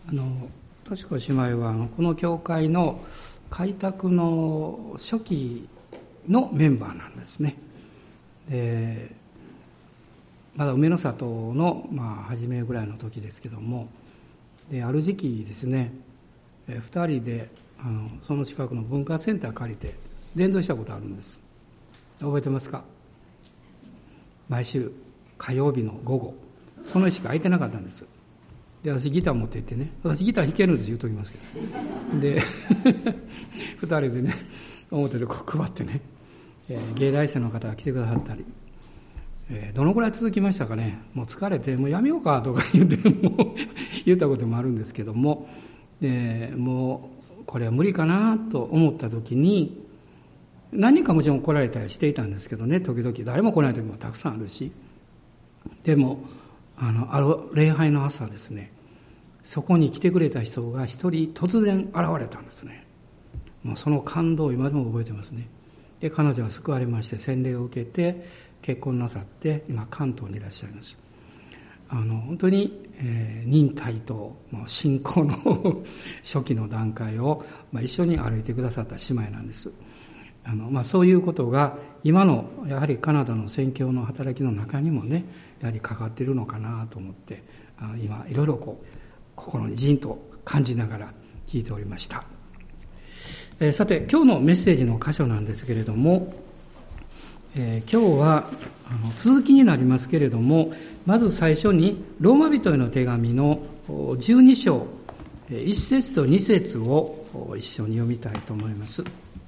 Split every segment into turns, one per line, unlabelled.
としこ姉妹はこの教会の開拓の初期のメンバーなんですね。でまだ梅の里の、初めぐらいの時ですけども、である時期ですね、2人でその近くの文化センター借りて伝道したことあるんです。覚えてますか？毎週火曜日の午後、その日しか空いてなかったんです。で私ギター持って行ってね、私ギター弾けるんです言うときますけど、で2人でね表でこう配ってね、芸大生の方が来てくださったり、どのくらい続きましたかね。もう疲れてもうやめようかとか言ったこともあるんですけども、もうこれは無理かなと思った時に、何人かもちろん来られたりしていたんですけどね、時々誰も来ない時もたくさんあるし、でもある礼拝の朝ですね、そこに来てくれた人が一人突然現れたんですね。もうその感動を今でも覚えてますね。で彼女は救われまして洗礼を受けて結婚なさって今関東にいらっしゃいます。本当に、忍耐と信仰の初期の段階を、一緒に歩いてくださった姉妹なんです。そういうことが今のやはりカナダの宣教の働きの中にもね、やはりかかっているのかなと思って、今いろいろ心にじんと感じながら聞いておりました。さて今日のメッセージの箇所なんですけれども、今日は続きになりますけれども、まず最初にローマ人への手紙の12章1節と2節を一緒に読みたいと思います。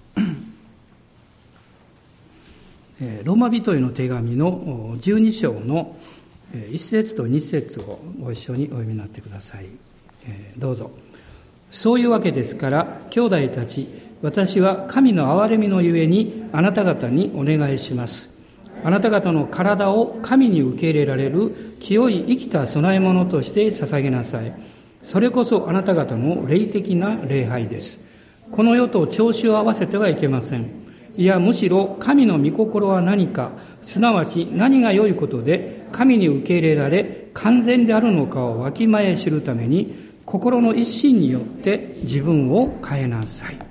ローマ人への手紙の12章の1節と2節をご一緒にお読みになってください。どうぞ。そういうわけですから兄弟たち、私は神の憐れみのゆえにあなた方にお願いします。あなた方の体を神に受け入れられる清い生きた供え物として捧げなさい。それこそあなた方の霊的な礼拝です。この世と調子を合わせてはいけません。いや、むしろ神の御心は何か、すなわち何が良いことで神に受け入れられ完全であるのかをわきまえ知るために、心の一心によって自分を変えなさい。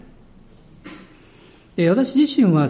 私自身は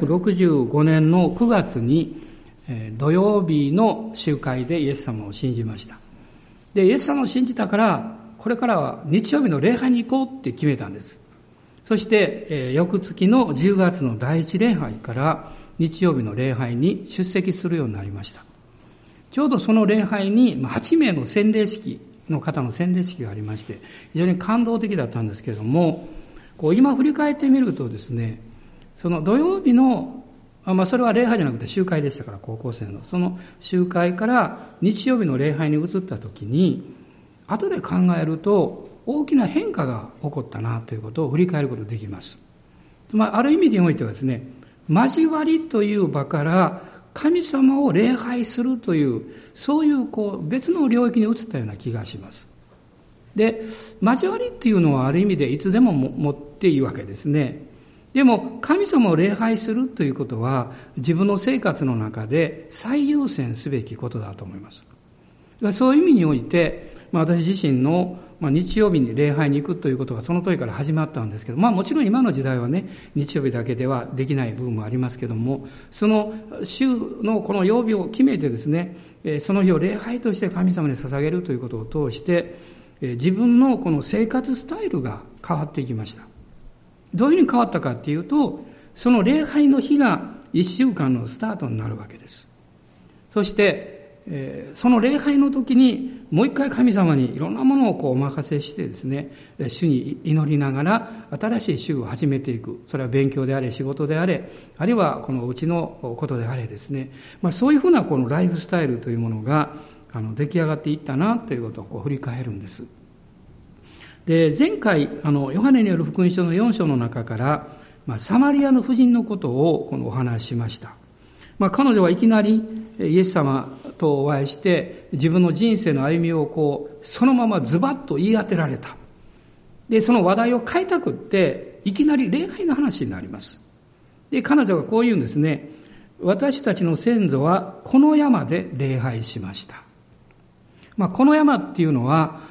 1965年の9月に土曜日の集会でイエス様を信じました。でイエス様を信じたから、これからは日曜日の礼拝に行こうって決めたんです。そして翌月の10月の第一礼拝から日曜日の礼拝に出席するようになりました。ちょうどその礼拝に8名の洗礼式の方の洗礼式がありまして、非常に感動的だったんですけれども、今振り返ってみるとですね、その土曜日の、それは礼拝じゃなくて集会でしたから、高校生のその集会から日曜日の礼拝に移った時に、後で考えると大きな変化が起こったなということを振り返ることができます。ある意味においてはですね、交わりという場から神様を礼拝するという、そういう別の領域に移ったような気がします。で、交わりっていうのはある意味でいつでも持っていいわけですね。でも神様を礼拝するということは自分の生活の中で最優先すべきことだと思います。そういう意味において、私自身の日曜日に礼拝に行くということがその時から始まったんですけど、もちろん今の時代はね、日曜日だけではできない部分もありますけども、その週のこの曜日を決めてですね、その日を礼拝として神様に捧げるということを通して、自分のこの生活スタイルが変わっていきました。どういうふうに変わったかっていうと、その礼拝の日が1週間のスタートになるわけです。そして、その礼拝の時にもう一回神様にいろんなものをお任せしてですね、主に祈りながら新しい週を始めていく。それは勉強であれ、仕事であれ、あるいはこのうちのことであれですね、そういうふうなこのライフスタイルというものが出来上がっていったなということを振り返るんです。で、前回ヨハネによる福音書の4章の中からサマリアの婦人のことをお話ししました。彼女はいきなりイエス様とお会いして自分の人生の歩みをそのままズバッと言い当てられた。で、その話題を変えたくっていきなり礼拝の話になります。で、彼女がこう言うんですね。私たちの先祖はこの山で礼拝しました。この山っていうのは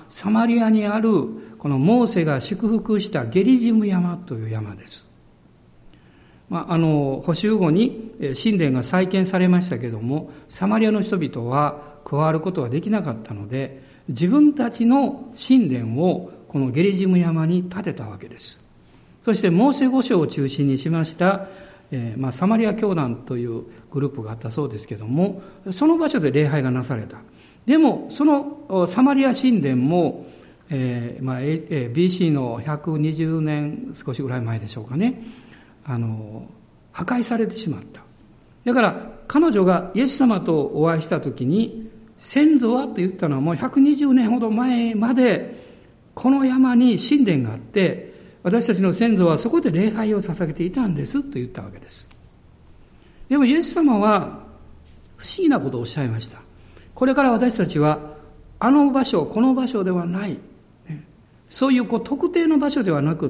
サマリアにあるこのモーセが祝福したゲリジム山という山です。補修後に神殿が再建されましたけれども、サマリアの人々は加わることができなかったので、自分たちの神殿をこのゲリジム山に建てたわけです。そしてモーセ五章を中心にしましたサマリア教団というグループがあったそうですけれども、その場所で礼拝がなされた。でもそのサマリア神殿もBC の120年少しぐらい前でしょうかね、破壊されてしまった。だから彼女がイエス様とお会いしたときに、先祖はと言ったのはもう120年ほど前までこの山に神殿があって、私たちの先祖はそこで礼拝を捧げていたんですと言ったわけです。でもイエス様は不思議なことをおっしゃいました。これから私たちはあの場所、この場所ではない、そういう特定の場所ではなくって、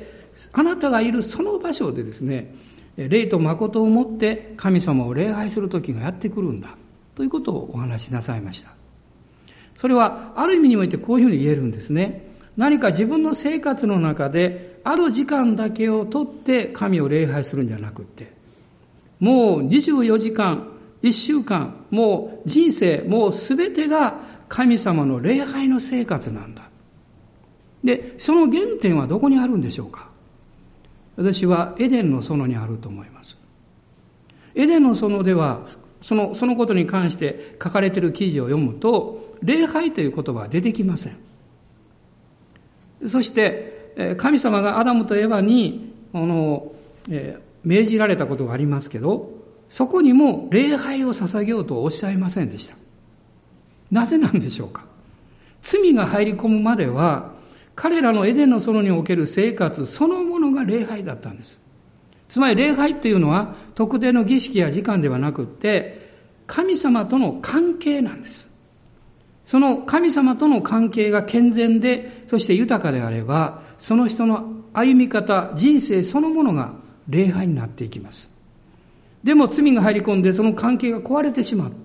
あなたがいるその場所でですね、霊と誠をもって神様を礼拝する時がやってくるんだということをお話しなさいました。それはある意味においてこういうふうに言えるんですね。何か自分の生活の中である時間だけをとって神を礼拝するんじゃなくって、もう24時間、1週間、もう人生、もう全てが神様の礼拝の生活なんだ。で、その原点はどこにあるんでしょうか。私はエデンの園にあると思います。エデンの園ではそのことに関して書かれている記事を読むと、礼拝という言葉は出てきません。そして神様がアダムとエバに命じられたことがありますけど、そこにも礼拝を捧げようとはおっしゃいませんでした。なぜなんでしょうか。罪が入り込むまでは彼らのエデンの園における生活そのものが礼拝だったんです。つまり礼拝というのは特定の儀式や時間ではなくって神様との関係なんです。その神様との関係が健全で、そして豊かであれば、その人の歩み方、人生そのものが礼拝になっていきます。でも罪が入り込んでその関係が壊れてしまって、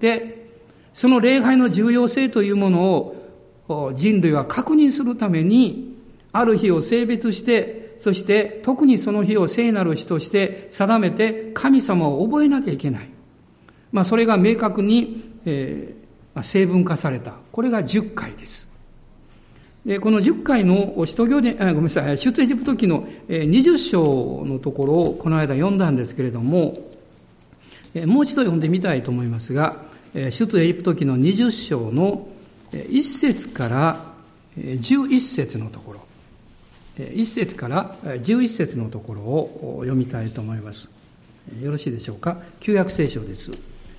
その礼拝の重要性というものを人類は確認するために、ある日を性別して、そして特にその日を聖なる日として定めて神様を覚えなきゃいけない。それが明確に、成分化された。これが10回です。で、この10回の出エジプト記の20章のところをこの間読んだんですけれども、もう一度読んでみたいと思いますが、出エジプト記の20章の1節から11節のところ、1節から11節のところを読みたいと思います。よろしいでしょうか。旧約聖書です。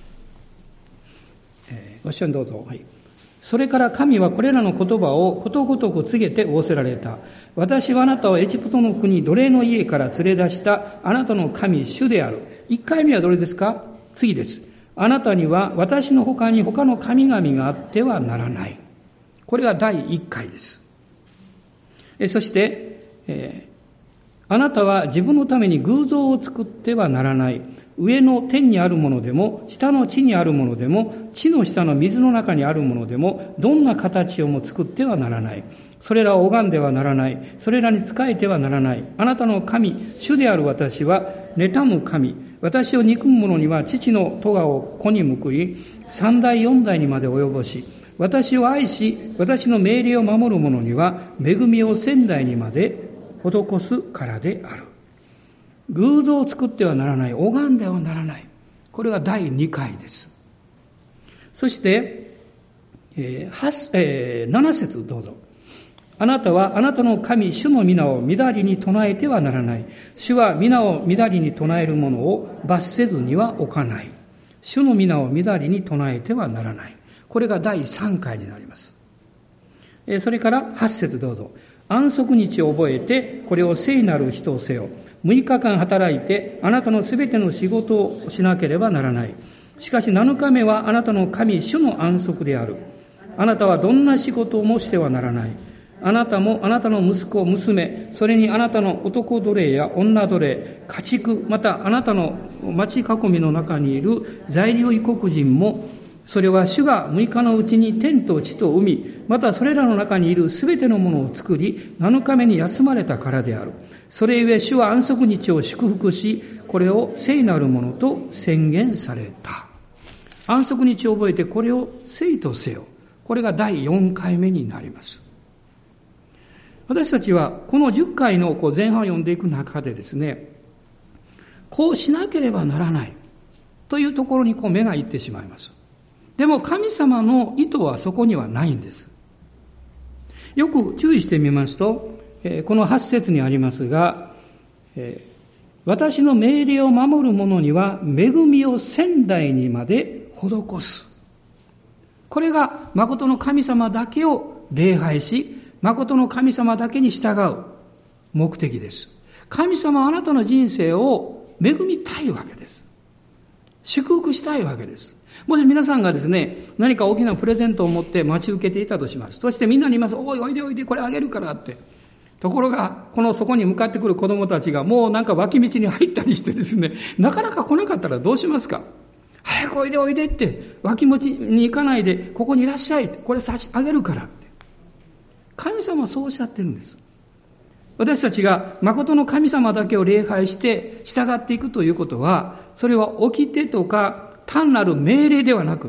ご一緒にどうぞ。はい。それから神はこれらの言葉をことごとく告げて仰せられた。私はあなたをエジプトの国奴隷の家から連れ出したあなたの神主である。1回目はどれですか。次です。あなたには私の他に他の神々があってはならない。これが第1回です。そして、あなたは自分のために偶像を作ってはならない。上の天にあるものでも、下の地にあるものでも、地の下の水の中にあるものでも、どんな形をも作ってはならない。それらを拝んではならない。それらに仕えてはならない。あなたの神、主である私は、妬む神。私を憎む者には父の咎を子に報い、3代4代にまで及ぼし、私を愛し、私の命令を守る者には、恵みを1000代にまで施すからである。偶像を作ってはならない。拝んではならない。これが第2回です。そして、7節どうぞ。あなたはあなたの神主の皆をみだりに唱えてはならない。主は皆をみだりに唱える者を罰せずには置かない。主の皆をみだりに唱えてはならない。これが第3回になります。それから8節どうぞ。安息日を覚えてこれを聖なる日とせよ。6日間働いてあなたのすべての仕事をしなければならない。しかし7日目はあなたの神主の安息である。あなたはどんな仕事もしてはならない。あなたもあなたの息子、娘、それにあなたの男奴隷や女奴隷、家畜、またあなたの町囲みの中にいる在留異国人もそれは主が6日のうちに天と地と海、またそれらの中にいるすべてのものを作り、7日目に休まれたからである。それゆえ主は安息日を祝福し、これを聖なるものと宣言された。安息日を覚えてこれを聖とせよ。これが第4回目になります。私たちはこの10回の前半を読んでいく中でですね、こうしなければならないというところに目がいってしまいます。でも神様の意図はそこにはないんです。よく注意してみますと、この8節にありますが、私の命令を守る者には恵みを千代にまで施す。これが誠の神様だけを礼拝し、誠の神様だけに従う目的です。神様はあなたの人生を恵みたいわけです。祝福したいわけです。もし皆さんがですね、何か大きなプレゼントを持って待ち受けていたとします。そしてみんなに言います。おいおいでおいで、これあげるからって。ところが、そこに向かってくる子供たちがもうなんか脇道に入ったりしてですね、なかなか来なかったらどうしますか？早くおいでおいでって、脇道に行かないで、ここにいらっしゃいって、これ差し上げるからって。神様はそうおっしゃってるんです。私たちが誠の神様だけを礼拝して従っていくということは、それは掟とか単なる命令ではなくって、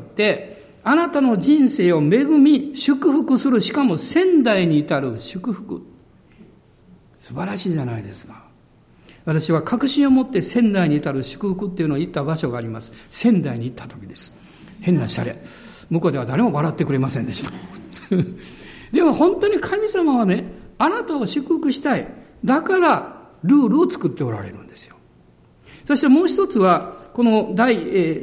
あなたの人生を恵み、祝福する、しかも千代に至る祝福。素晴らしいじゃないですか。私は確信を持って仙台に至る祝福っていうのを言った場所があります。仙台に行った時です。変なシャレ。向こうでは誰も笑ってくれませんでした。でも本当に神様はね、あなたを祝福したい。だからルールを作っておられるんですよ。そしてもう一つは、この第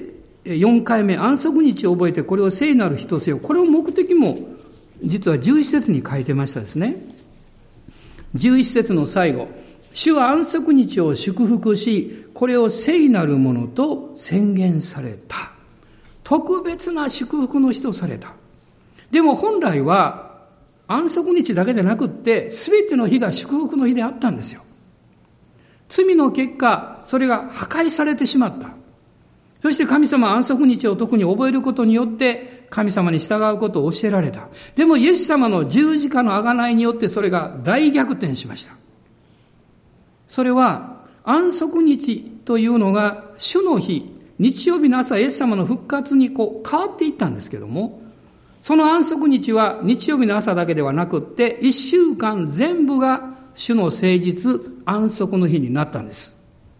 4回目、安息日を覚えてこれを聖なる日とせよ。これを目的も実は11節に書いてましたですね。11節の最後。主は安息日を祝福し、これを聖なるものと宣言された。特別な祝福の日とされた。でも本来は安息日だけでなくって、すべての日が祝福の日であったんですよ。罪の結果、それが破壊されてしまった。そして神様は安息日を特に覚えることによって、神様に従うことを教えられた。でもイエス様の十字架の贖いによってそれが大逆転しました。それは安息日というのが主の日、日曜日の朝イエス様の復活に変わっていったんですけども、その安息日は日曜日の朝だけではなくって1週間全部が主の誠実安息の日になったんです。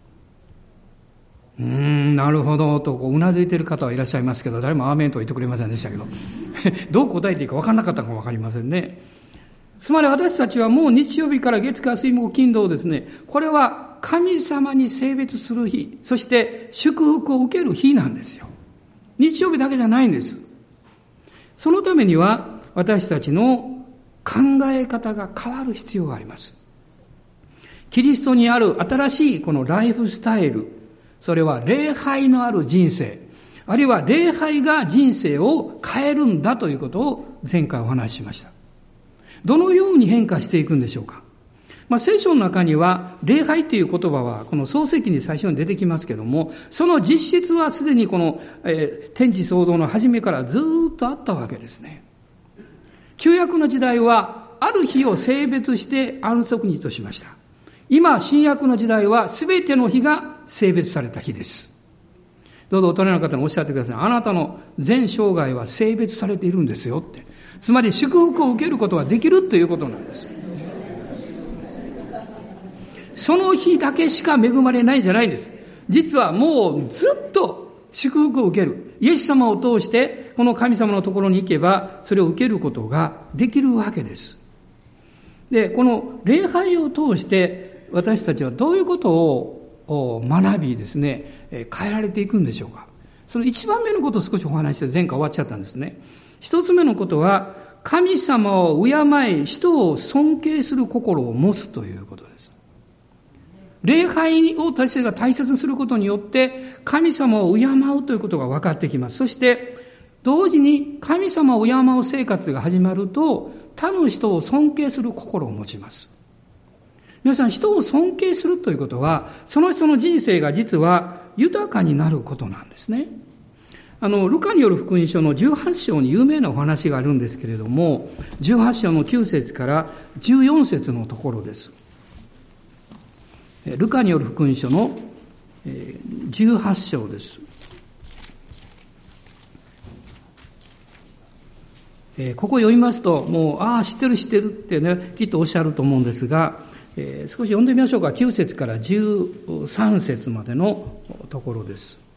なるほどとうなずいている方はいらっしゃいますけど、誰もアーメンとは言ってくれませんでしたけどどう答えていいか分からなかったかも分かりませんね。つまり私たちはもう日曜日から月火水木金土をですね、これは神様に性別する日、そして祝福を受ける日なんですよ。日曜日だけじゃないんです。そのためには私たちの考え方が変わる必要があります。キリストにある新しいこのライフスタイル、それは礼拝のある人生、あるいは礼拝が人生を変えるんだということを前回お話ししました。どのように変化していくんでしょうか。聖書の中には礼拝という言葉はこの創世記に最初に出てきますけども、その実質はすでにこの、天地創造の初めからずっとあったわけですね。旧約の時代はある日を性別して安息日としました。今新約の時代はすべての日が性別された日です。どうぞ大人の方におっしゃってください。あなたの全生涯は性別されているんですよって。つまり祝福を受けることができるということなんです。その日だけしか恵まれないんじゃないんです。実はもうずっと祝福を受ける。イエス様を通してこの神様のところに行けばそれを受けることができるわけです。で、この礼拝を通して私たちはどういうことを学びですね、変えられていくんでしょうか。その一番目のことを少しお話して前回終わっちゃったんですね。一つ目のことは神様を敬い人を尊敬する心を持つということです。礼拝を私たちが大切にすることによって神様を敬うということが分かってきます。そして同時に神様を敬う生活が始まると他の人を尊敬する心を持ちます。皆さん、人を尊敬するということはその人の人生が実は豊かになることなんですね。 ルカによる福音書の18章に有名なお話があるんですけれども、18章の9節から14節のところです。ルカによる福音書の18章です。ここ読みますと、もう、知ってるってね、きっとおっしゃると思うんですが、少し読んでみましょうか。9節から13節までのところです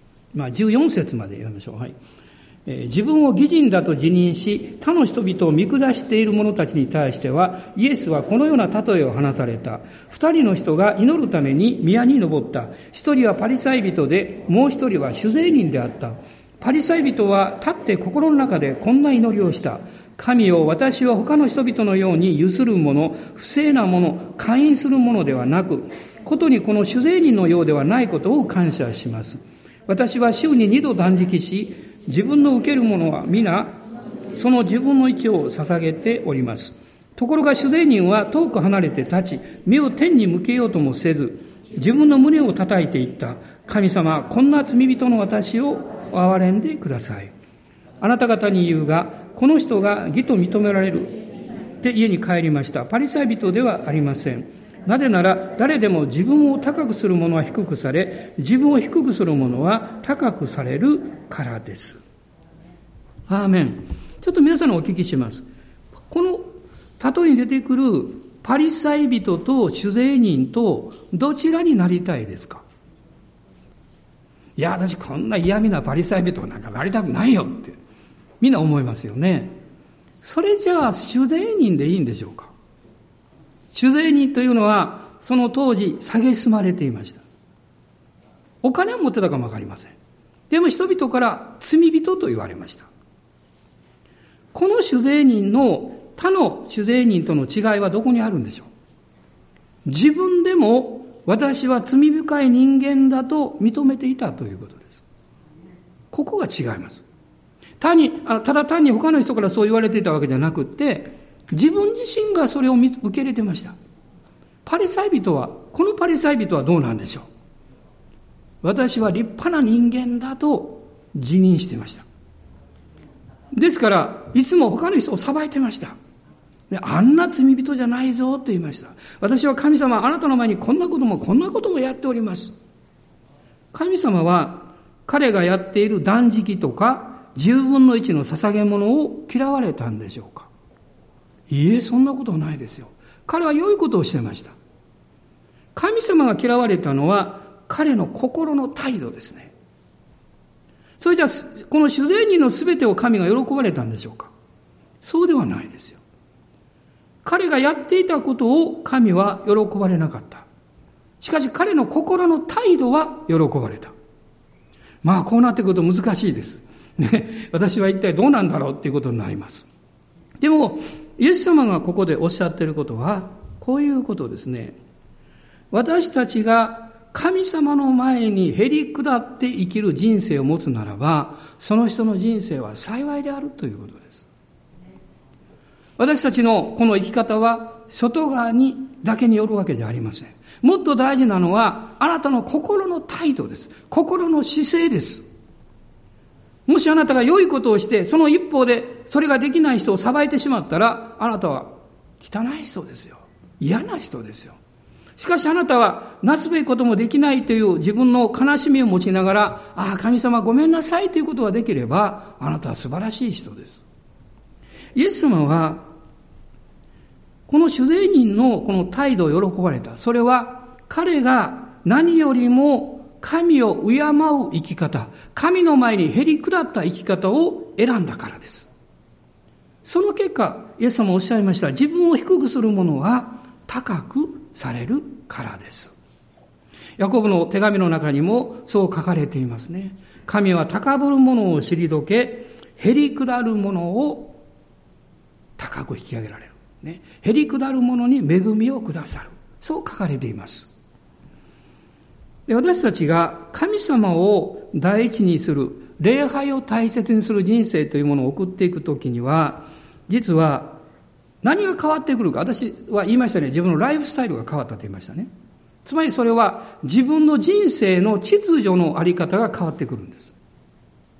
。14節まで読みましょう。はい。自分を義人だと自認し、他の人々を見下している者たちに対しては、イエスはこのような例えを話された。2人の人が祈るために宮に登った。1人はパリサイ人で、もう1人は主税人であった。パリサイ人は立って心の中でこんな祈りをした。神よ、私は他の人々のようにゆする者、不正な者、姦淫する者ではなく、ことにこの主税人のようではないことを感謝します。私は週に2度断食し、自分の受けるものは皆、その自分の一を捧げております。ところが主税人は遠く離れて立ち、目を天に向けようともせず、自分の胸を叩いていった。神様、こんな罪人の私を憐れんでください。あなた方に言うが、この人が義と認められるって家に帰りました。パリサイ人ではありません。なぜなら誰でも自分を高くする者は低くされ、自分を低くする者は高くされるからです。アーメン。ちょっと皆さんにお聞きします。この例えに出てくるパリサイ人と主税人とどちらになりたいですか？いや、私こんな嫌味なパリサイ人なんかなりたくないよってみんな思いますよね。それじゃあ主税人でいいんでしょうか？主税人というのはその当時蔑まれていました。お金を持ってたかもわかりません。でも人々から罪人と言われました。この主税人の他の主税人との違いはどこにあるんでしょう？自分でも私は罪深い人間だと認めていたということです。ここが違います。ただ単に他の人からそう言われていたわけじゃなくって、自分自身がそれを受け入れてました。このパリサイ人はどうなんでしょう？私は立派な人間だと自認していました。ですから、いつも他の人を裁いてました。あんな罪人じゃないぞと言いました。私は神様、あなたの前にこんなこともやっております。神様は彼がやっている断食とか10分の1の捧げ物を嫌われたんでしょうか？いいえ、そんなことはないですよ。彼は良いことをしてました。神様が嫌われたのは彼の心の態度ですね。それじゃあこの主税人のすべてを神が喜ばれたんでしょうか？そうではないですよ。彼がやっていたことを神は喜ばれなかった。しかし彼の心の態度は喜ばれた。こうなってくると難しいです。ね、私は一体どうなんだろうっていうことになります。でも、イエス様がここでおっしゃっていることは、こういうことですね。私たちが神様の前にへり下って生きる人生を持つならば、その人の人生は幸いであるということです。私たちのこの生き方は外側にだけによるわけじゃありません。もっと大事なのはあなたの心の態度です。心の姿勢です。もしあなたが良いことをしてその一方でそれができない人を裁いてしまったら、あなたは汚い人ですよ。嫌な人ですよ。しかしあなたはなすべきこともできないという自分の悲しみを持ちながら、神様ごめんなさいということができれば、あなたは素晴らしい人です。イエス様はこの主税人のこの態度を喜ばれた。それは彼が何よりも神を敬う生き方、神の前にへり下った生き方を選んだからです。その結果、イエス様おっしゃいました。自分を低くする者は高くされるからです。ヤコブの手紙の中にもそう書かれていますね。神は高ぶる者を退け、へり下る者を高く引き上げられる。ね、へり下る者に恵みをくださる。そう書かれています。で、私たちが神様を第一にする、礼拝を大切にする人生というものを送っていくときには、実は何が変わってくるか。私は言いましたね。自分のライフスタイルが変わったと言いましたね。つまりそれは自分の人生の秩序のあり方が変わってくるんです。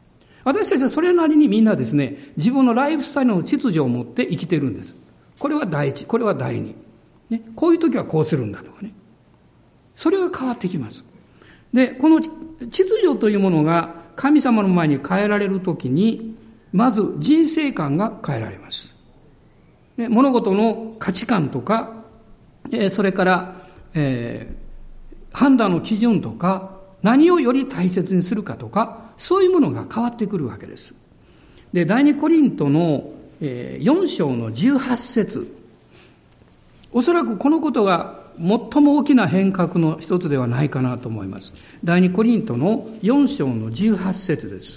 私たちはそれなりにみんなですね、自分のライフスタイルの秩序を持って生きてるんです。これは第一、これは第二。ね、こういう時はこうするんだとかね。それが変わってきます。で、この秩序というものが神様の前に変えられるときに、まず人生観が変えられます。で、物事の価値観とか、それから、判断の基準とか、何をより大切にするかとか、そういうものが変わってくるわけです。で、第二コリントの4章の18節、おそらくこのことが最も大きな変革の一つではないかなと思います。第二コリントの4章の18節です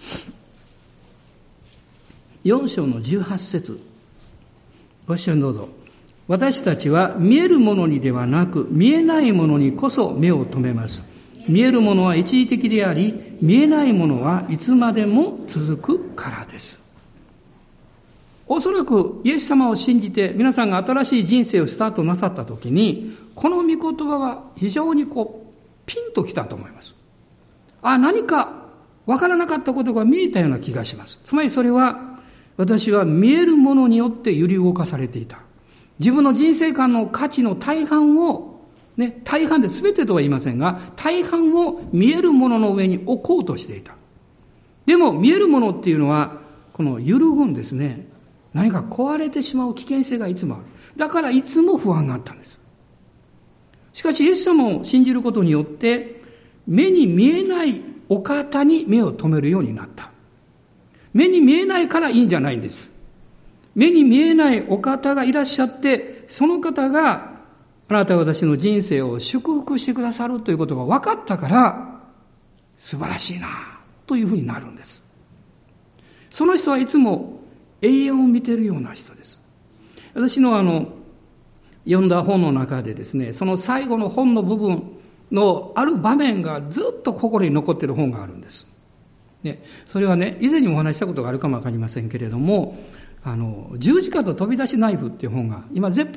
。4章の18節、ご一緒にどうぞ。私たちは見えるものにではなく、見えないものにこそ目を留めます。見えるものは一時的であり、見えないものはいつまでも続くからです。おそらくイエス様を信じて皆さんが新しい人生をスタートなさったときに、この御言葉は非常にピンときたと思います。何かわからなかったことが見えたような気がします。つまりそれは、私は見えるものによって揺り動かされていた。自分の人生観の価値の大半を、大半で全てとは言いませんが、大半を見えるものの上に置こうとしていた。でも見えるものっていうのは、この揺るぐんですね。何か壊れてしまう危険性がいつもある。だからいつも不安があったんです。しかしイエス様を信じることによって、目に見えないお方に目を留めるようになった。目に見えないからいいんじゃないんです。目に見えないお方がいらっしゃって、その方があなたは私の人生を祝福してくださるということが分かったから、素晴らしいなというふうになるんです。その人はいつも永遠を見ているような人です。私の読んだ本の中でですね、その最後の本の部分のある場面がずっと心に残っている本があるんです。それはね、以前にもお話したことがあるかもわかりませんけれども、十字架と飛び出しナイフっていう本が、今絶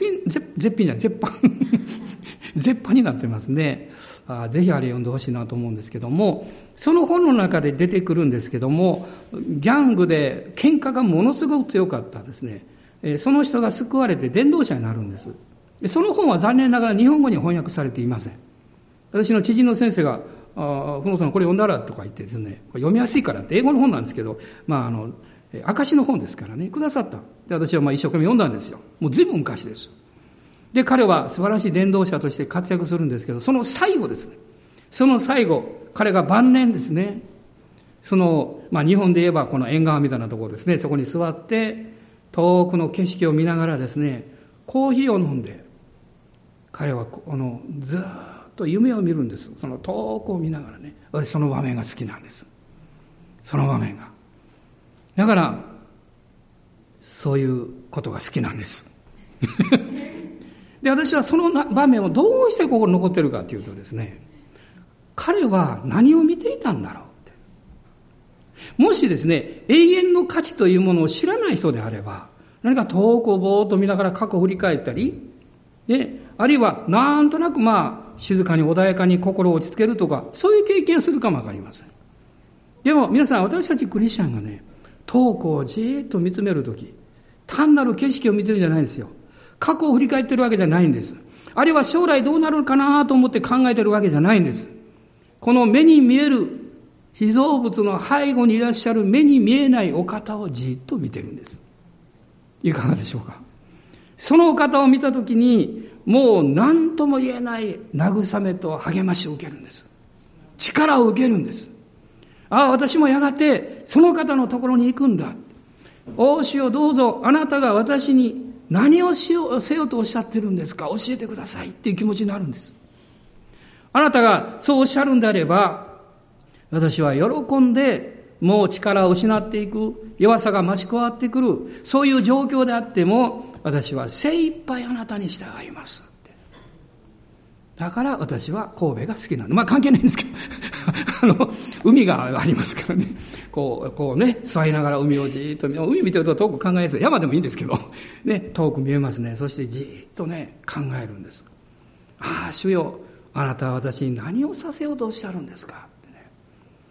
版になってますね。ぜひあれ読んでほしいなと思うんですけども、その本の中で出てくるんですけども、ギャングで喧嘩がものすごく強かったですね。その人が救われて伝道者になるんです。その本は残念ながら日本語に翻訳されていません。私の知人の先生が、ふのさんこれ読んだらとか言ってですね、読みやすいからって英語の本なんですけど、証の本ですからね、くださった。で、私は一生懸命読んだんですよ。もう随分昔です。で、彼は素晴らしい伝道者として活躍するんですけど、その最後ですね。その最後、彼が晩年ですね、日本で言えばこの縁側みたいなところですね、そこに座って、遠くの景色を見ながらですね、コーヒーを飲んで、彼はずーっと夢を見るんです。その遠くを見ながらね、私その場面が好きなんです。その場面が。だから、そういうことが好きなんです。で、私はその場面をどうしてここに残ってるかというとですね、彼は何を見ていたんだろうって。もしですね、永遠の価値というものを知らない人であれば、何か遠くをぼーっと見ながら過去を振り返ったり、あるいはなんとなく静かに穏やかに心を落ち着けるとか、そういう経験をするかもわかりません。でも皆さん、私たちクリスチャンがね、遠くをじーっと見つめるとき、単なる景色を見てるんじゃないんですよ。過去を振り返ってるわけじゃないんです。あるいは将来どうなるかなと思って考えてるわけじゃないんです。この目に見える被造物の背後にいらっしゃる目に見えないお方をじっと見てるんです。いかがでしょうか。そのお方を見たときに、もう何とも言えない慰めと励ましを受けるんです。力を受けるんです。私もやがてその方のところに行くんだ。お主よ、どうぞあなたが私に何をせよとおっしゃってるんですか、教えてくださいっていう気持ちになるんです。あなたがそうおっしゃるんであれば、私は喜んでもう力を失っていく、弱さが増し加わってくる、そういう状況であっても、私は精一杯あなたに従いますって。だから私は神戸が好きなんで、関係ないんですけど海がありますからね、こうね、座りながら海をじーっと、海見てると遠く考えやすい、山でもいいんですけどね、遠く見えますね。そしてじーっとね、考えるんです。主よ、あなたは私に何をさせようとおっしゃるんですかってね。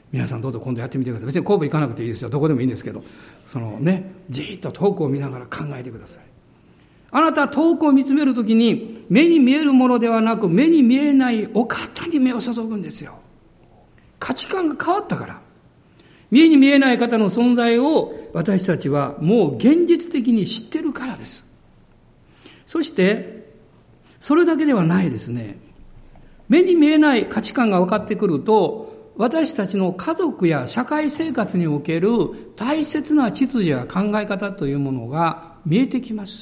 皆さんどうぞ今度やってみてください。別に神戸行かなくていいですよ。どこでもいいんですけど、じーっと遠くを見ながら考えてください。あなたは遠くを見つめるときに、目に見えるものではなく、目に見えないお方に目を注ぐんですよ。価値観が変わったから。目に見えない方の存在を私たちはもう現実的に知っているからです。そして、それだけではないですね。目に見えない価値観が分かってくると、私たちの家族や社会生活における大切な秩序や考え方というものが見えてきます。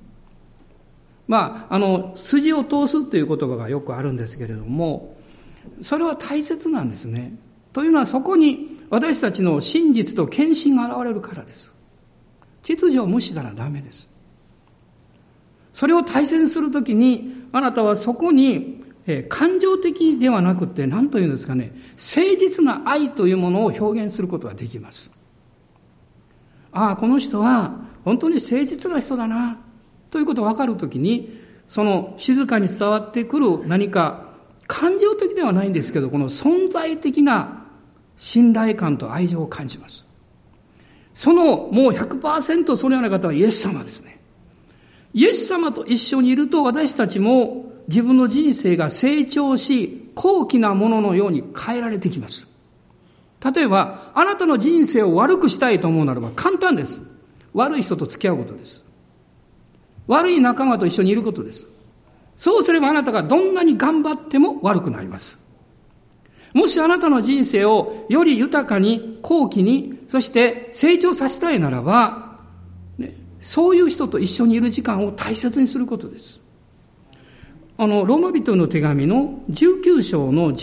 筋を通すという言葉がよくあるんですけれども、それは大切なんですね。というのはそこに私たちの真実と献身が現れるからです。秩序を無視したらダメです。それを大切にするときに、あなたはそこに感情的ではなくて、何というんですかね、誠実な愛というものを表現することができます。この人は本当に誠実な人だな、ということが分かるときに、その静かに伝わってくる何か感情的ではないんですけど、この存在的な信頼感と愛情を感じます。そのもう 100% そのような方はイエス様ですね。イエス様と一緒にいると私たちも自分の人生が成長し、高貴なもののように変えられてきます。例えば、あなたの人生を悪くしたいと思うならば簡単です。悪い人と付き合うことです。悪い仲間と一緒にいることです。そうすればあなたがどんなに頑張っても悪くなります。もしあなたの人生をより豊かに、高貴に、そして成長させたいならば、そういう人と一緒にいる時間を大切にすることです。ローマ人の手紙の14章の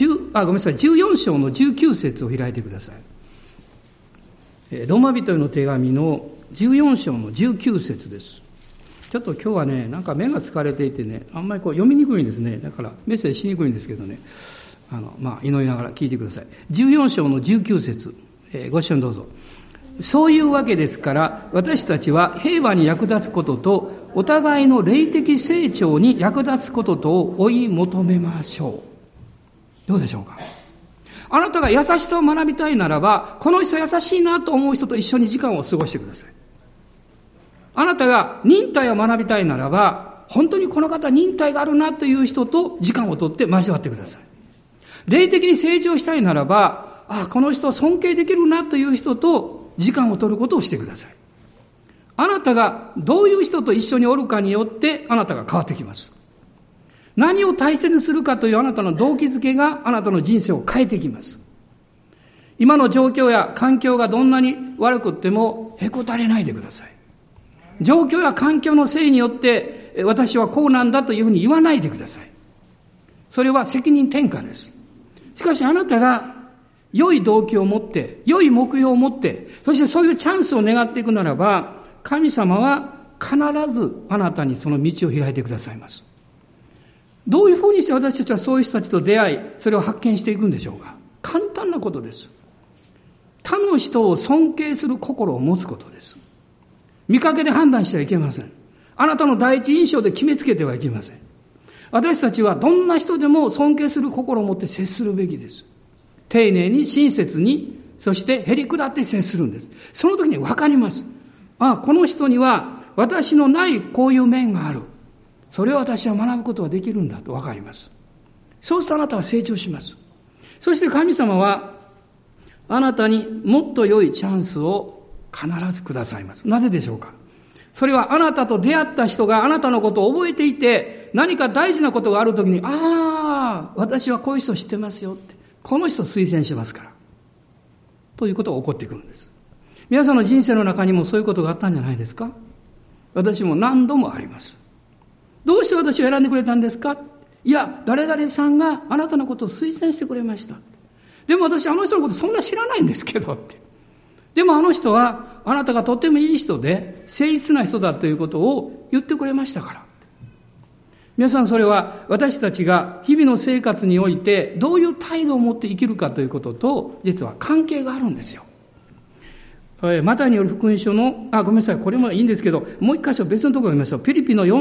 19節を開いてください。ローマ人の手紙の14章の19節です。ちょっと今日はね、なんか目が疲れていてね、あんまり読みにくいんですね。だからメッセージしにくいんですけどね、祈りながら聞いてください。14章の19節、ご一緒にどうぞ。そういうわけですから、私たちは平和に役立つことと、お互いの霊的成長に役立つこととを追い求めましょう。どうでしょうか。あなたが優しさを学びたいならば、この人優しいなと思う人と一緒に時間を過ごしてください。あなたが忍耐を学びたいならば、本当にこの方忍耐があるなという人と時間をとって交わってください。霊的に成長したいならば、この人を尊敬できるなという人と時間を取ることをしてください。あなたがどういう人と一緒におるかによってあなたが変わってきます。何を大切にするかというあなたの動機づけがあなたの人生を変えていきます。今の状況や環境がどんなに悪くってもへこたれないでください。状況や環境のせいによって私はこうなんだというふうに言わないでください。それは責任転嫁です。しかしあなたが良い動機を持って、良い目標を持って、そしてそういうチャンスを願っていくならば、神様は必ずあなたにその道を開いてくださいます。どういうふうにして私たちはそういう人たちと出会い、それを発見していくんでしょうか。簡単なことです。他の人を尊敬する心を持つことです。見かけで判断してはいけません。あなたの第一印象で決めつけてはいけません。私たちはどんな人でも尊敬する心を持って接するべきです。丁寧に親切に、そしてへりくだって接するんです。その時に分かります。この人には私のないこういう面がある。それを私は学ぶことができるんだと分かります。そうするとあなたは成長します。そして神様はあなたにもっと良いチャンスを必ずくださいます。なぜでしょうか。それはあなたと出会った人があなたのことを覚えていて、何か大事なことがあるときに、私はこういう人知ってますよって、この人推薦しますから。ということが起こってくるんです。皆さんの人生の中にもそういうことがあったんじゃないですか。私も何度もあります。どうして私を選んでくれたんですか。いや、誰々さんがあなたのことを推薦してくれました。でも私あの人のことそんな知らないんですけどって。でもあの人はあなたがとてもいい人で誠実な人だということを言ってくれましたから。皆さん、それは私たちが日々の生活においてどういう態度を持って生きるかということと実は関係があるんですよ。マタイによる福音書のごめんなさい、これもいいんですけど、もう一箇所別のところを見ましょう。ピリピ書の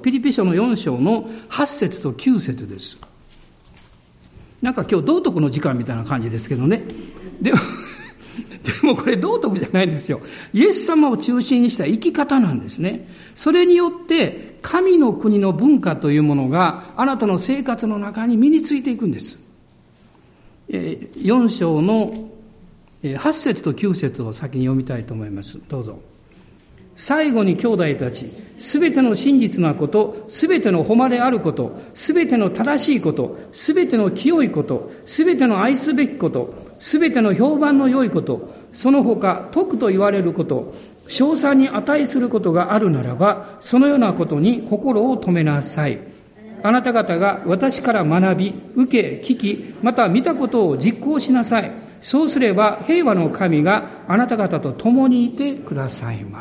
4章の8節と9節です。なんか今日道徳の時間みたいな感じですけどね。 でもこれ道徳じゃないんですよ。イエス様を中心にした生き方なんですね。それによって神の国の文化というものがあなたの生活の中に身についていくんです。4章の8節と9節を先に読みたいと思います。どうぞ。最後に兄弟たち、すべての真実なこと、すべての誉れあること、すべての正しいこと、すべての清いこと、すべての愛すべきこと、すべての評判の良いこと、その他徳と言われること、称賛に値することがあるならば、そのようなことに心を留めなさい。あなた方が私から学び、受け、聞き、また見たことを実行しなさい。そうすれば平和の神があなた方と共にいてくださいます。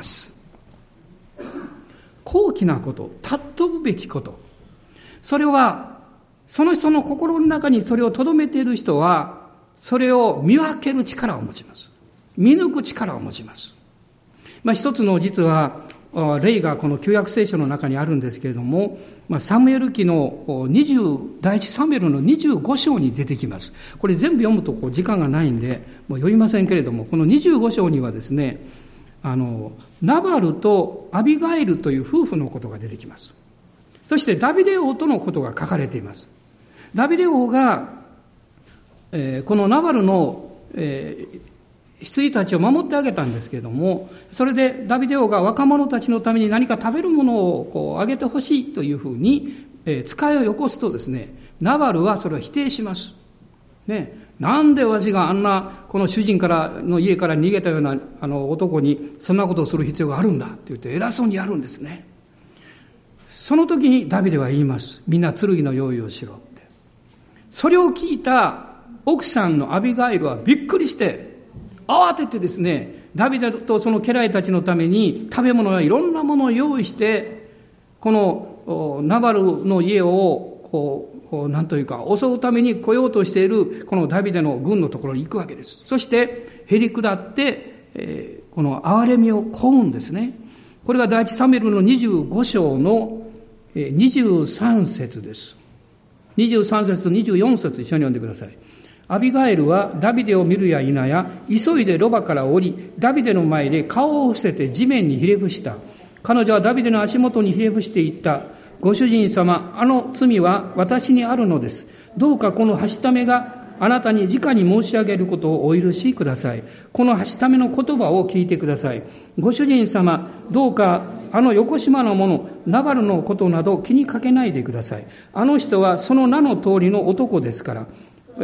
高貴なこと、尊ぶべきこと。それは、その人の心の中にそれを留めている人は、それを見分ける力を持ちます。見抜く力を持ちます。一つの実は、例がこの旧約聖書の中にあるんですけれども、サムエル記の第一サムエルの25章に出てきます。これ全部読むと時間がないんで、もう読みませんけれども、この25章にはですね、ナバルとアビガイルという夫婦のことが出てきます。そしてダビデ王とのことが書かれています。ダビデ王が、このナバルの、羊たちを守ってあげたんですけれども、それでダビデ王が若者たちのために何か食べるものをあげてほしいというふうに、使いをよこすとですね、ナバルはそれを否定します。ね。なんでわしがあんなこの主人からの家から逃げたような男にそんなことをする必要があるんだって言って偉そうにやるんですね。その時にダビデは言います。みんな剣の用意をしろって。それを聞いた奥さんのアビガイルはびっくりして慌ててですね、ダビデとその家来たちのために食べ物やいろんなものを用意してこのナバルの家をなんというか襲うために来ようとしているこのダビデの軍のところに行くわけです。そしてへり下って、この憐れみを請うんですね。これが第一サムエルの25章の23節です。23節と24節一緒に読んでください。アビガエルはダビデを見るや否や急いでロバから降りダビデの前で顔を伏せて地面にひれ伏した。彼女はダビデの足元にひれ伏していった。ご主人様、あの罪は私にあるのです。どうかこのはしためがあなたに直に申し上げることをお許しください。このはしための言葉を聞いてください。ご主人様、どうかあの横島の者、ナバルのことなど気にかけないでください。あの人はその名の通りの男ですから。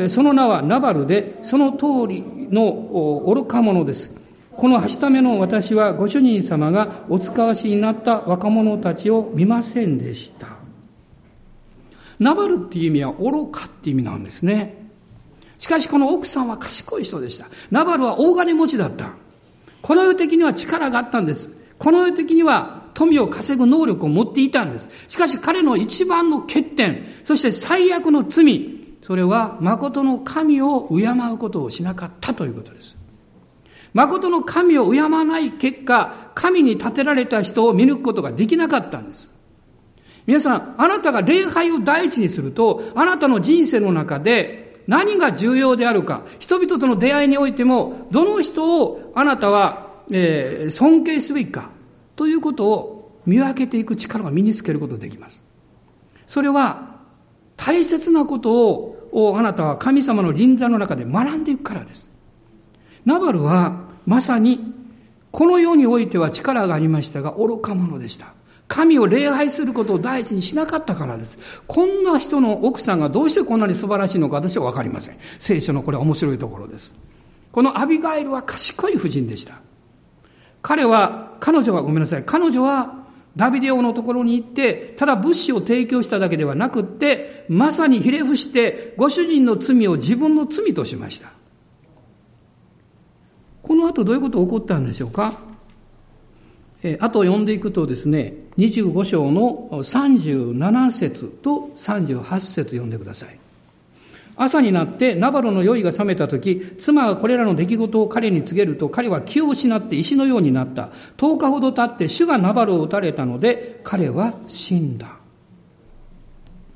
その名はナバルで、その通りの愚か者です。このはしための私はご主人様がお使わしになった若者たちを見ませんでした。ナバルっていう意味は愚かっていう意味なんですね。しかしこの奥さんは賢い人でした。ナバルは大金持ちだった。この世的には力があったんです。この世的には富を稼ぐ能力を持っていたんです。しかし彼の一番の欠点、そして最悪の罪、それは誠の神を敬うことをしなかったということです。誠の神を敬わない結果、神に立てられた人を見抜くことができなかったんです。皆さん、あなたが礼拝を第一にすると、あなたの人生の中で何が重要であるか、人々との出会いにおいても、どの人をあなたは、尊敬すべきか、ということを見分けていく力が身につけることができます。それは、大切なことをあなたは神様の臨在の中で学んでいくからです。ナバルはまさにこの世においては力がありましたが愚か者でした。神を礼拝することを第一にしなかったからです。こんな人の奥さんがどうしてこんなに素晴らしいのか私は分かりません。聖書のこれは面白いところです。このアビガイルは賢い婦人でした。彼女はダビデ王のところに行ってただ物資を提供しただけではなくってまさにひれ伏してご主人の罪を自分の罪としました。この後どういうことが起こったんでしょうか。後を読んでいくとですね、25章の37節と38節読んでください。朝になってナバルの酔いが覚めたとき、妻がこれらの出来事を彼に告げると、彼は気を失って石のようになった。10日ほど経って主がナバルを撃たれたので、彼は死んだ。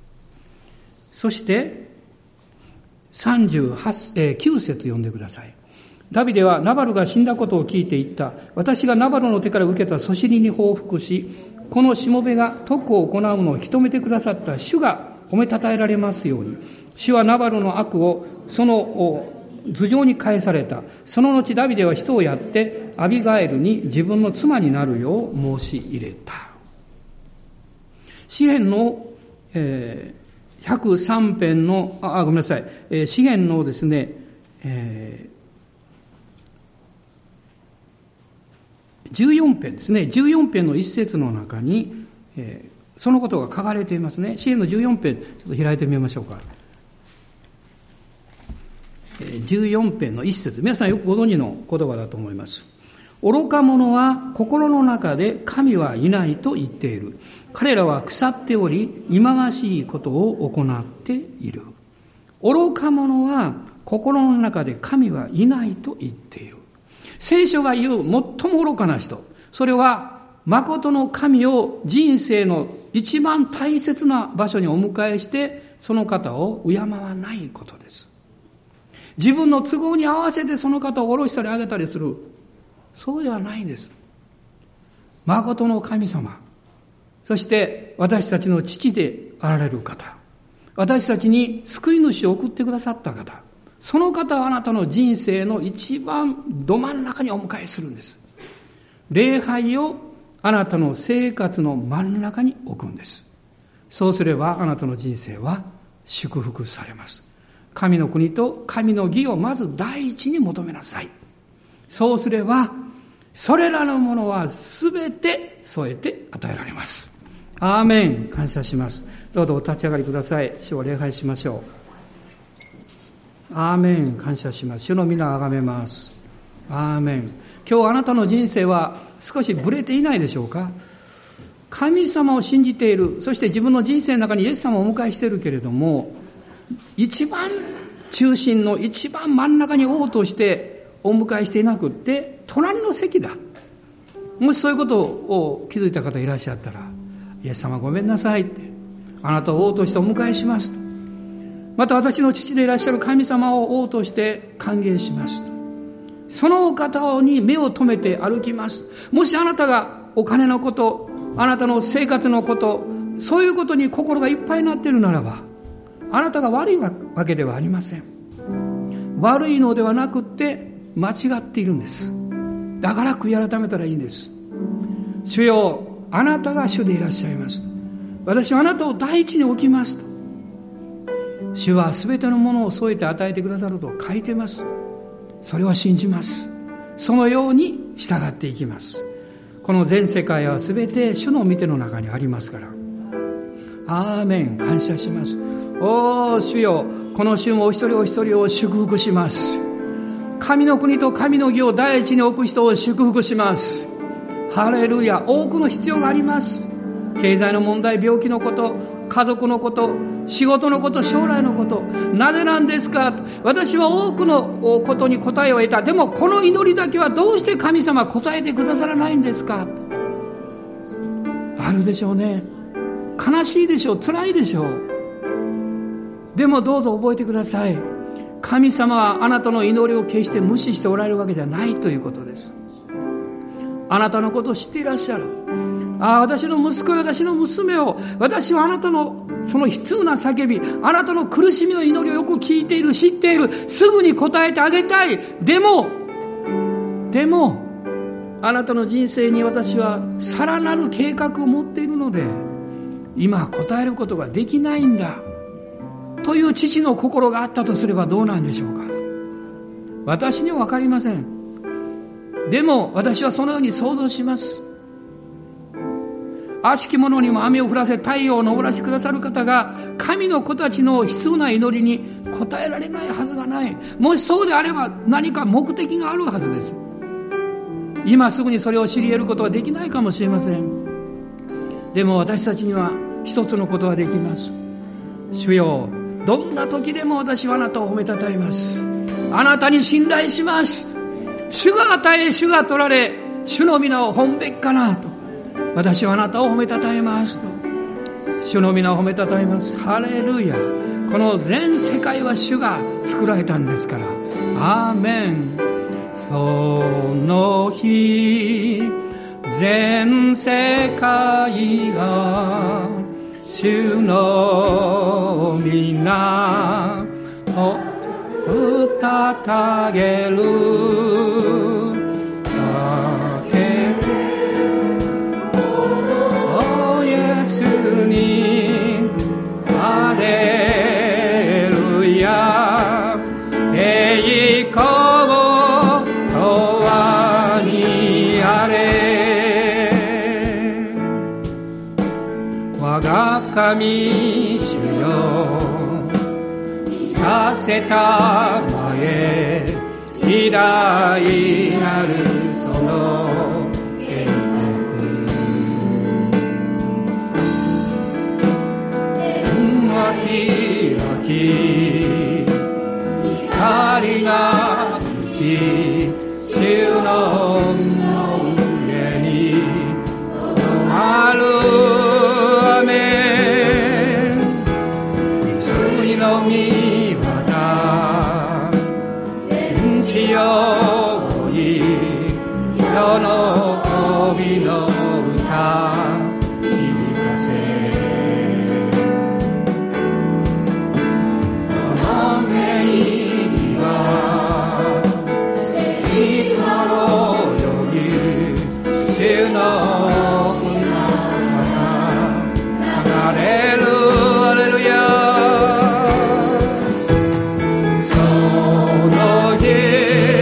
そして9節読んでください。 ダビデはナバルが死んだことを聞いて言った。私がナバルの手から受けたそしりに報復し、このしもべが徳を行うのを引き止めてくださった主が褒めたたえられますように。主はナバルの悪をその頭上に返された。その後ダビデは人をやってアビガエルに自分の妻になるよう申し入れた。詩編の、103編のごめんなさい、詩編のですね、14編ですね。14編の一節の中に、そのことが書かれていますね。詩編の14編、ちょっと開いてみましょうか。14編の一節、皆さんよくご存知の言葉だと思います。愚か者は心の中で神はいないと言っている。彼らは腐っており、忌まわしいことを行っている。愚か者は心の中で神はいないと言っている。聖書が言う最も愚かな人、それは誠の神を人生の一番大切な場所にお迎えして、その方を敬わないことです。自分の都合に合わせてその方を下ろしたり上げたりする。そうではないんです。誠の神様、そして私たちの父であられる方、私たちに救い主を送ってくださった方、その方はあなたの人生の一番ど真ん中にお迎えするんです。礼拝をあなたの生活の真ん中に置くんです。そうすればあなたの人生は祝福されます。神の国と神の義をまず第一に求めなさい。そうすればそれらのものはすべて添えて与えられます。アーメン。感謝します。どうぞお立ち上がりください。主を礼拝しましょう。アーメン。感謝します。主の皆をあがめます。アーメン。今日あなたの人生は少しブレていないでしょうか。神様を信じている、そして自分の人生の中にイエス様をお迎えしているけれども、一番中心の一番真ん中に王としてお迎えしていなくって、隣の席だ。もしそういうことを気づいた方いらっしゃったら、イエス様ごめんなさいって、あなたを王としてお迎えしますと。また私の父でいらっしゃる神様を王として歓迎しますと。そのお方に目を留めて歩きます。もしあなたがお金のこと、あなたの生活のこと、そういうことに心がいっぱいになっているならば、あなたが悪いわけではありません。悪いのではなくって間違っているんです。だから悔い改めたらいいんです。主よ、あなたが主でいらっしゃいます。私はあなたを第一に置きますと。主はすべてのものを添えて与えてくださると書いてます。それを信じます。そのように従っていきます。この全世界はすべて主の御手の中にありますから。アーメン。感謝します。おー主よ、この週もお一人お一人を祝福します。神の国と神の義を第一に置く人を祝福します。ハレルヤ。多くの必要があります。経済の問題、病気のこと、家族のこと、仕事のこと、将来のこと。なぜなんですか。私は多くのことに答えを得た。でもこの祈りだけはどうして神様は答えてくださらないんですか。あるでしょうね。悲しいでしょう。辛いでしょう。でもどうぞ覚えてください。神様はあなたの祈りを決して無視しておられるわけじゃないということです。あなたのことを知っていらっしゃる。私の息子や私の娘を、私はあなたのその悲痛な叫び、あなたの苦しみの祈りをよく聞いている、知っている。すぐに答えてあげたい。でもあなたの人生に私はさらなる計画を持っているので、今答えることができないんだという父の心があったとすればどうなんでしょうか。私には分かりません。でも私はそのように想像します。悪しき者にも雨を降らせ、太陽を昇らせてくださる方が神の子たちの悲痛な祈りに応えられないはずがない。もしそうであれば何か目的があるはずです。今すぐにそれを知り得ることはできないかもしれません。でも私たちには一つのことはできます。主よ、どんな時でも私はあなたを褒めたたえます。あなたに信頼します。主が与え、主が取られ、主の皆を褒むべきかなと。私はあなたを褒めたたえますと。主の皆を褒めたたえます。ハレルヤ。この全世界は主が作られたんですから。アーメン。 その日全世界が主の皆をたたげる叫ぶおイエスにハレルヤ栄光とはにあれ我が神主よさせたまえ偉大なるその栄光天は開き光が来き主の上に止まるアメン救いの御よい世の神の歌響かせその名義は御顔より主の流れるハレルヤその日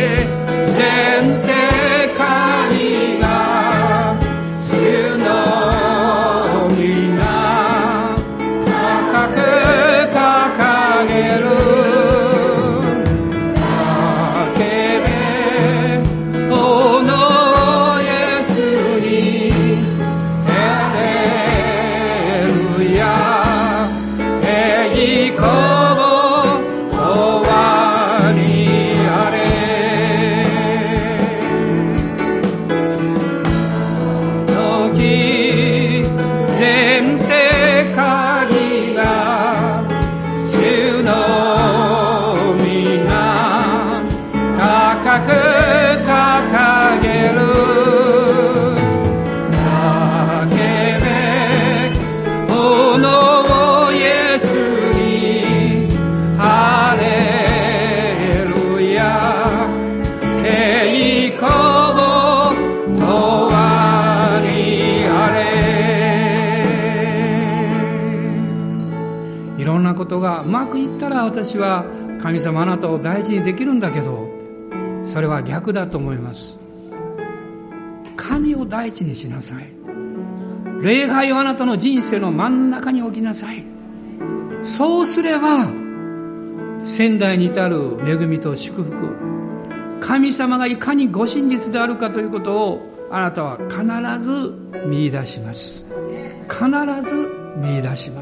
ことがうまくいったら私は神様あなたを大事にできるんだけどそれは逆だと思います。神を第一にしなさい。礼拝をあなたの人生の真ん中に置きなさい。そうすれば先代に至る恵みと祝福神様がいかにご真実であるかということをあなたは必ず見出します。必ず見出します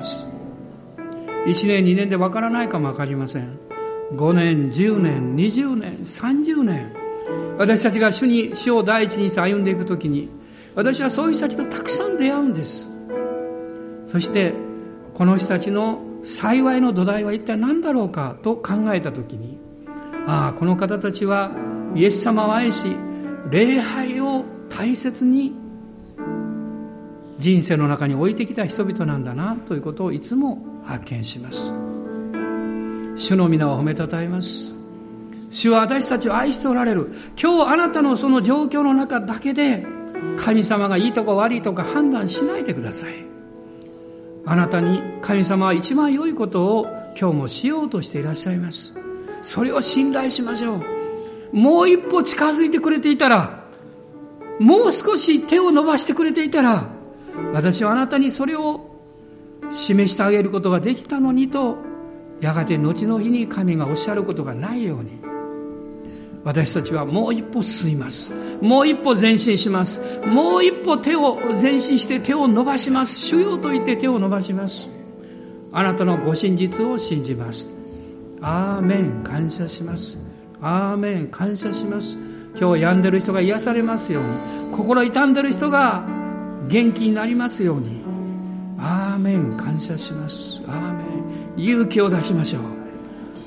。1年2年でわからないかもわかりません。5年10年20年30年私たちが主を第一にして歩んでいくときに私はそういう人たちとたくさん出会うんです。そしてこの人たちの幸いの土台は一体何だろうかと考えたときにこの方たちはイエス様を愛し礼拝を大切に人生の中に置いてきた人々なんだなということをいつも発見します。主の皆を褒めたたえます。主は私たちを愛しておられる。今日あなたのその状況の中だけで神様がいいとか悪いとか判断しないでください。あなたに神様は一番良いことを今日もしようとしていらっしゃいます。それを信頼しましょう。もう一歩近づいてくれていたら、もう少し手を伸ばしてくれていたら、私はあなたにそれを示してあげることができたのにと、やがて後の日に神がおっしゃることがないように、私たちはもう一歩進みます。もう一歩前進します。もう一歩手を前進して手を伸ばします。主よと言って手を伸ばします。あなたのご真実を信じます。アーメン。感謝します。アーメン。感謝します。今日病んでる人が癒されますように、心痛んでる人が元気になりますように。アーメン。感謝します。アーメン。勇気を出しましょう。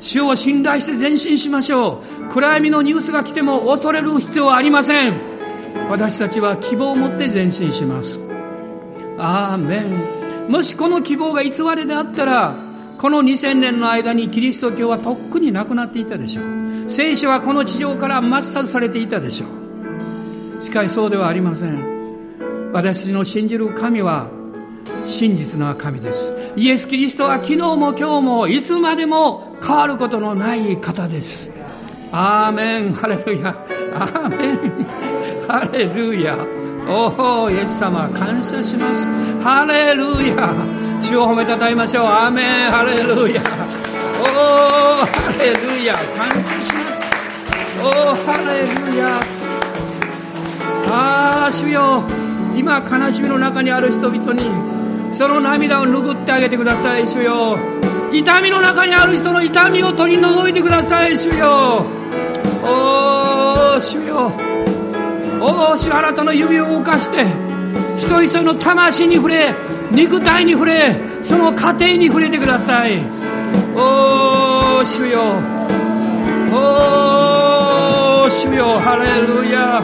主を信頼して前進しましょう。暗闇のニュースが来ても恐れる必要はありません。私たちは希望を持って前進します。アーメン。もしこの希望が偽りであったら、この2000年の間にキリスト教はとっくになくなっていたでしょう。聖書はこの地上から抹殺されていたでしょう。しかしそうではありません。私たちの信じる神は真実な神です。イエス・キリストは昨日も今日もいつまでも変わることのない方です。アーメン。ハレルヤ。アーメン。ハレルヤ。おお、イエス様感謝します。ハレルヤ。主を褒めたたえましょう。アーメン。ハレルヤ。おお、ハレルヤ。感謝します。おお、ハレルヤ。ああ、主よ、今悲しみの中にある人々にその涙を拭ってあげてください。主よ、痛みの中にある人の痛みを取り除いてください。主よ、おー主よ、おー主、あなたの指を動かして一人一人の魂に触れ、肉体に触れ、その家庭に触れてください。おー主よ、おー主よ、ハレルヤ。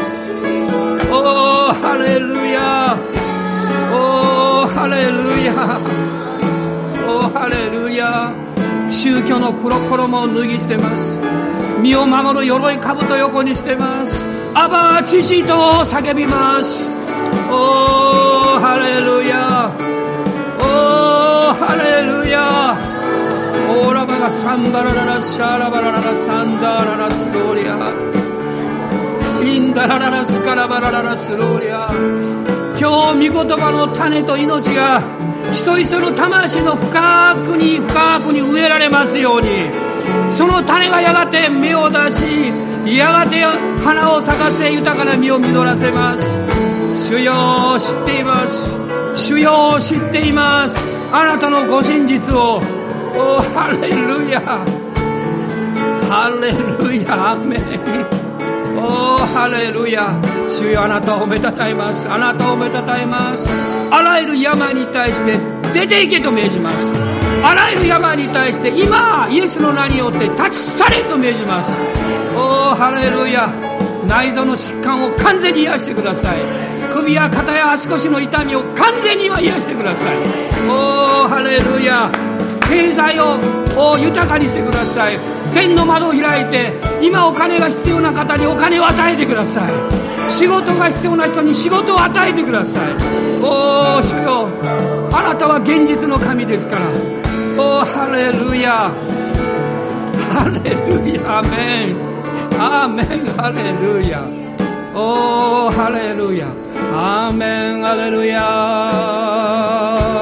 おーハレルヤ。おーハレルヤ。おーハレルヤ。宗教の黒衣を脱ぎ捨てます。身を守る鎧兜横にしてます。アバ父と叫びます。おーハレルヤ。おーハレルヤ。オーラバがサンバラララシャラバラララサンダーララスローリアインダラララスカラバラララスローリア。今日御言葉の種と命が一人一人の魂の深くに植えられますように、その種がやがて芽を出し、やがて花を咲かせ、豊かな実を実らせます。主よ、知っています。主よ、知っています。あなたのご真実を。おーハレルヤ。ハレルヤ。アーメン。おーハレルヤ。主よ、あなたを褒めたたえます。あなたを褒めたたえます。あらゆる病に対して出ていけと命じます。あらゆる病に対して今イエスの名によって立ち去れと命じます。おーハレルヤ。内臓の疾患を完全に癒してください。首や肩や足腰の痛みを完全に今癒してください。おーハレルヤ。経済を豊かにしてください。天の窓を開いて、今お金が必要な方にお金を与えてください。仕事が必要な人に仕事を与えてください。おー主よ、あなたは現実の神ですから。おーハレルヤ。ハレルヤ。アーメン。アーメン。ハレルヤ。おーハレルヤ。アーメン。ハレルヤ。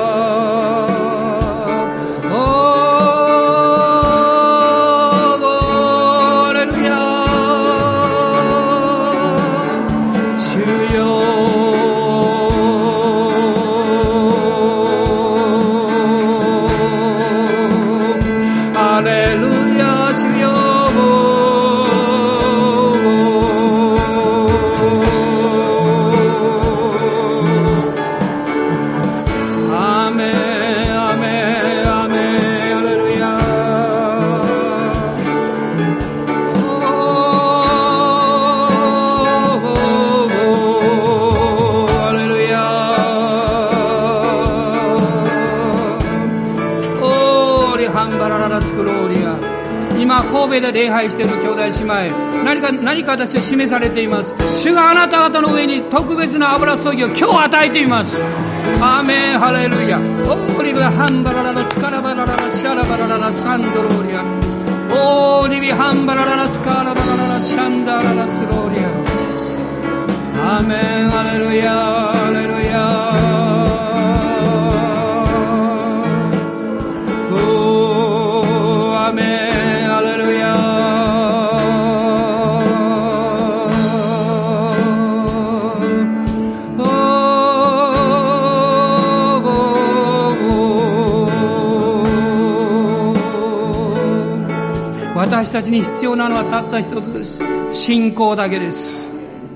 神戸で礼拝している兄弟姉妹、何か私は示されています。主があなた方の上に特別な油注ぎを今日与えています。アーメン。ハレルヤ。オーリバハンバラララスカラバラララシャラバラララサンドローリア。オーリビハンバラララスカラバラララシャンダララスローリア。アーメン。ハレルヤ。ハレルヤ。私たちに必要なのはたった一つです。信仰だけです。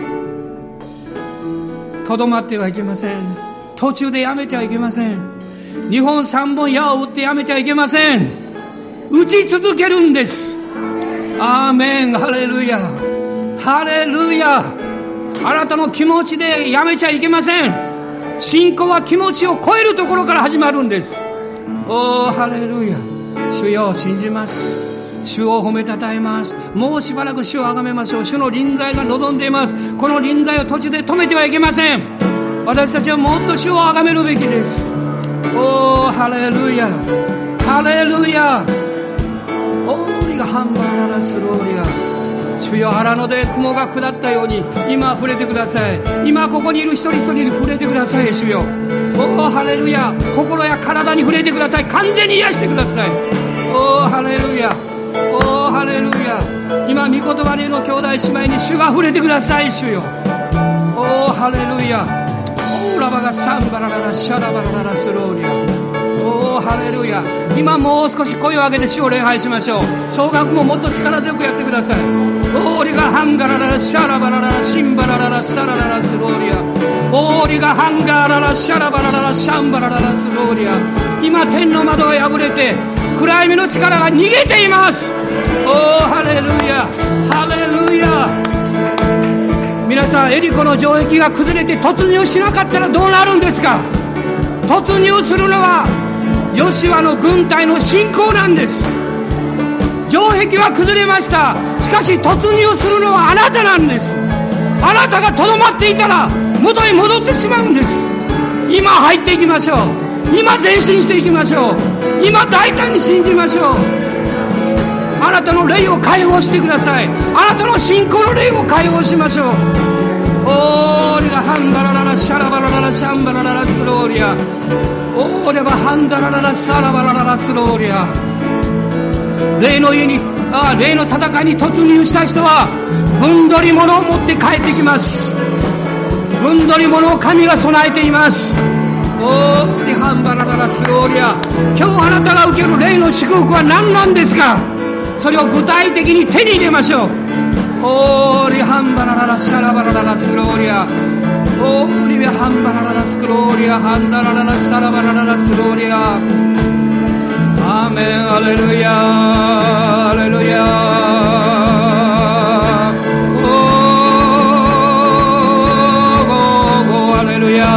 とどまってはいけません。途中でやめてはいけません。2本3本矢を打ってやめてはいけません。 打ち続けるんです。アーメン、ハレルヤ、ハレルヤ。あなたの気持ちでやめちゃいけません。信仰は気持ちを超えるところから始まるんです。おー、ハレルヤ。主よ、信じます。主を褒めたたえます。もうしばらく主をあがめましょう。主の臨在が望んでいます。この臨在を途中で止めてはいけません。私たちはもっと主をあがめるべきです。おー、ハレルヤ、ハレルヤ。オーリがハンバーララスローリア。主よ、荒野で雲が下ったように今触れてください。今ここにいる一人一人に触れてください。主よ、おー、ハレルヤ。心や体に触れてください。完全に癒してください。おー、ハレルヤ、おー、ハレルヤ。今御言葉にの兄弟姉妹に主が触れてください。主よ、おー、ハレルヤ。オーラバがサンバラララシャラバラララスローリア。おー、ハレルヤ。今もう少し声を上げて主を礼拝しましょう。総額ももっと力強くやってください。オーリがハンガラララシャラバラララシンバラララサラララスローリア。オーリがハンガララシャラバラララシャンバラララスローリア。今天の窓が破れて暗闇の力が逃げています。おー、ハレルヤ、ハレルヤ。皆さん、エリコの城壁が崩れて突入しなかったらどうなるんですか？突入するのはヨシュアの軍隊の侵攻なんです。城壁は崩れました。しかし突入するのはあなたなんです。あなたがとどまっていたら元に戻ってしまうんです。今入っていきましょう。今前進していきましょう。今大胆に信じましょう。あなたの霊を解放してください。あなたの信仰の霊を解放しましょう。オーリがハンダラララシャラバラララシャンバラララスローリア。オーレバハンダラララサラバラララスローリア。霊の家に、霊の戦いに突入した人は分取り物を持って帰ってきます。分取り物を神が備えています。オーリハンバラララスローリア。今日あなたが受ける霊の祝福は何なんですか？それを具体的に手に入れましょう。オーリハンバラララシャラバラララスローリア。オーリベハンバラララスクローリア。ハンダラララシャラバラララスローリア。アーメン、ハレルヤ、ハレルヤ。オー、ハレルヤ。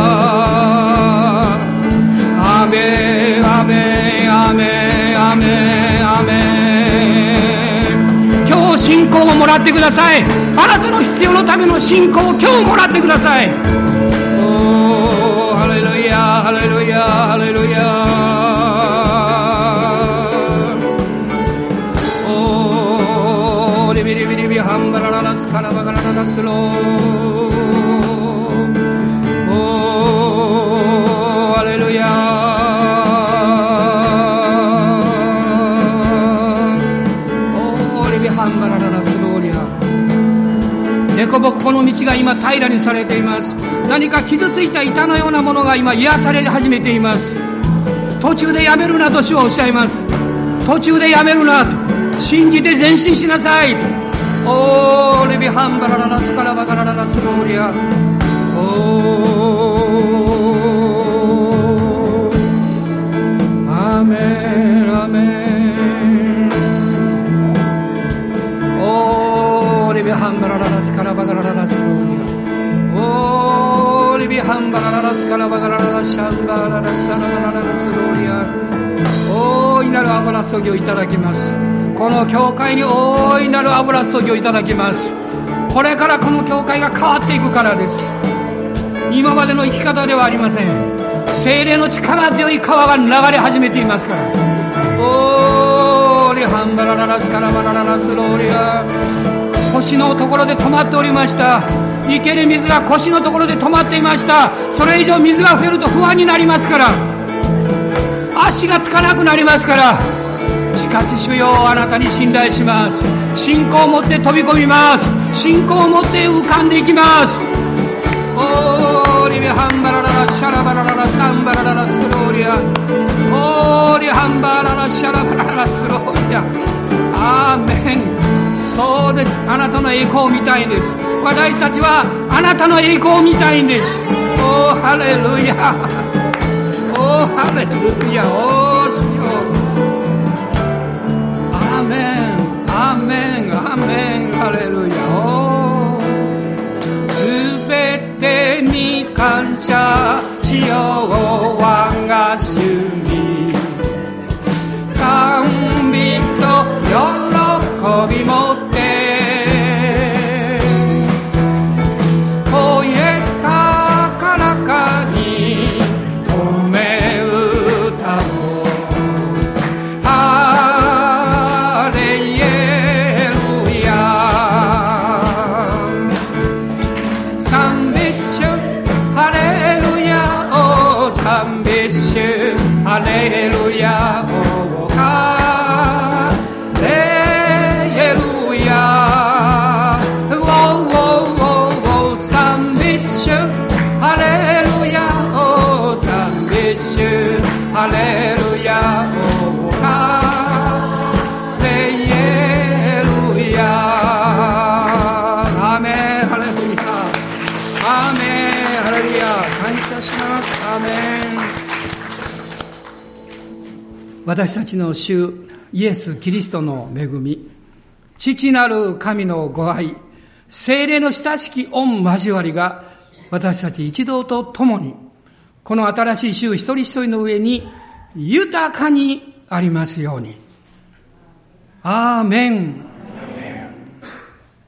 アーメン、アーメン、アーメン、アーメン、アーメン。今日信仰をもらってください。あなたの必要のための信仰を今日もらってください。おー、ハレルヤ、ハレルヤ、ハレルヤ。おー、リビリビリビハンバラララスカラバガラララスロー。おー、ハレルヤ。おー、リビハンバラララスローリア。デコボコの道が今平らにされています。何か傷ついた板のようなものが今癒され始めています。途中でやめるなと主はおっしゃいます。途中でやめるなと、信じて前進しなさいと。オーレビハンバラララスカラバガラララスローリア。オー、アーメン、アーメン。オーレビハンバラララスカラバガラララスローリア。オーリビハンバラララスカラバガラララシャンバララサラバララスローリア。大いなる油注ぎをいただきます。この教会に大いなる油注ぎをいただきます。これからこの教会が変わっていくからです。今までの生き方ではありません。聖霊の力強い川が流れ始めていますから。オーリハンバラララサラバラララスローリア。腰のところで止まっておりました。生ける水が腰のところで止まっていました。それ以上水が増えると不安になりますから、足がつかなくなりますから。しかし主よ、あなたに信頼します。信仰を持って飛び込みます。信仰を持って浮かんでいきます。オーリビハンバラララシャラバラララサンバラララスローリア。オーリハンバララシャラバラララスローリア。アーメン。そうです。あなたの栄光を見たいんです。私たちはあなたの栄光を見たいんです。オーハレルヤ、オーハレルヤ、オー主よ。 ルヤ、おハレルヤ、賛美主ハレルヤ、賛美主ハレルヤ、おハレルヤ。アーメン、ハレルヤ、アーメン、ハレルヤ、感謝します。アーメン。私たちの主イエス・キリストの恵み、父なる神のご愛、聖霊の親しき御交わりが私たち一同と共にこの新しい週一人一人の上に豊かにありますように。アーメン。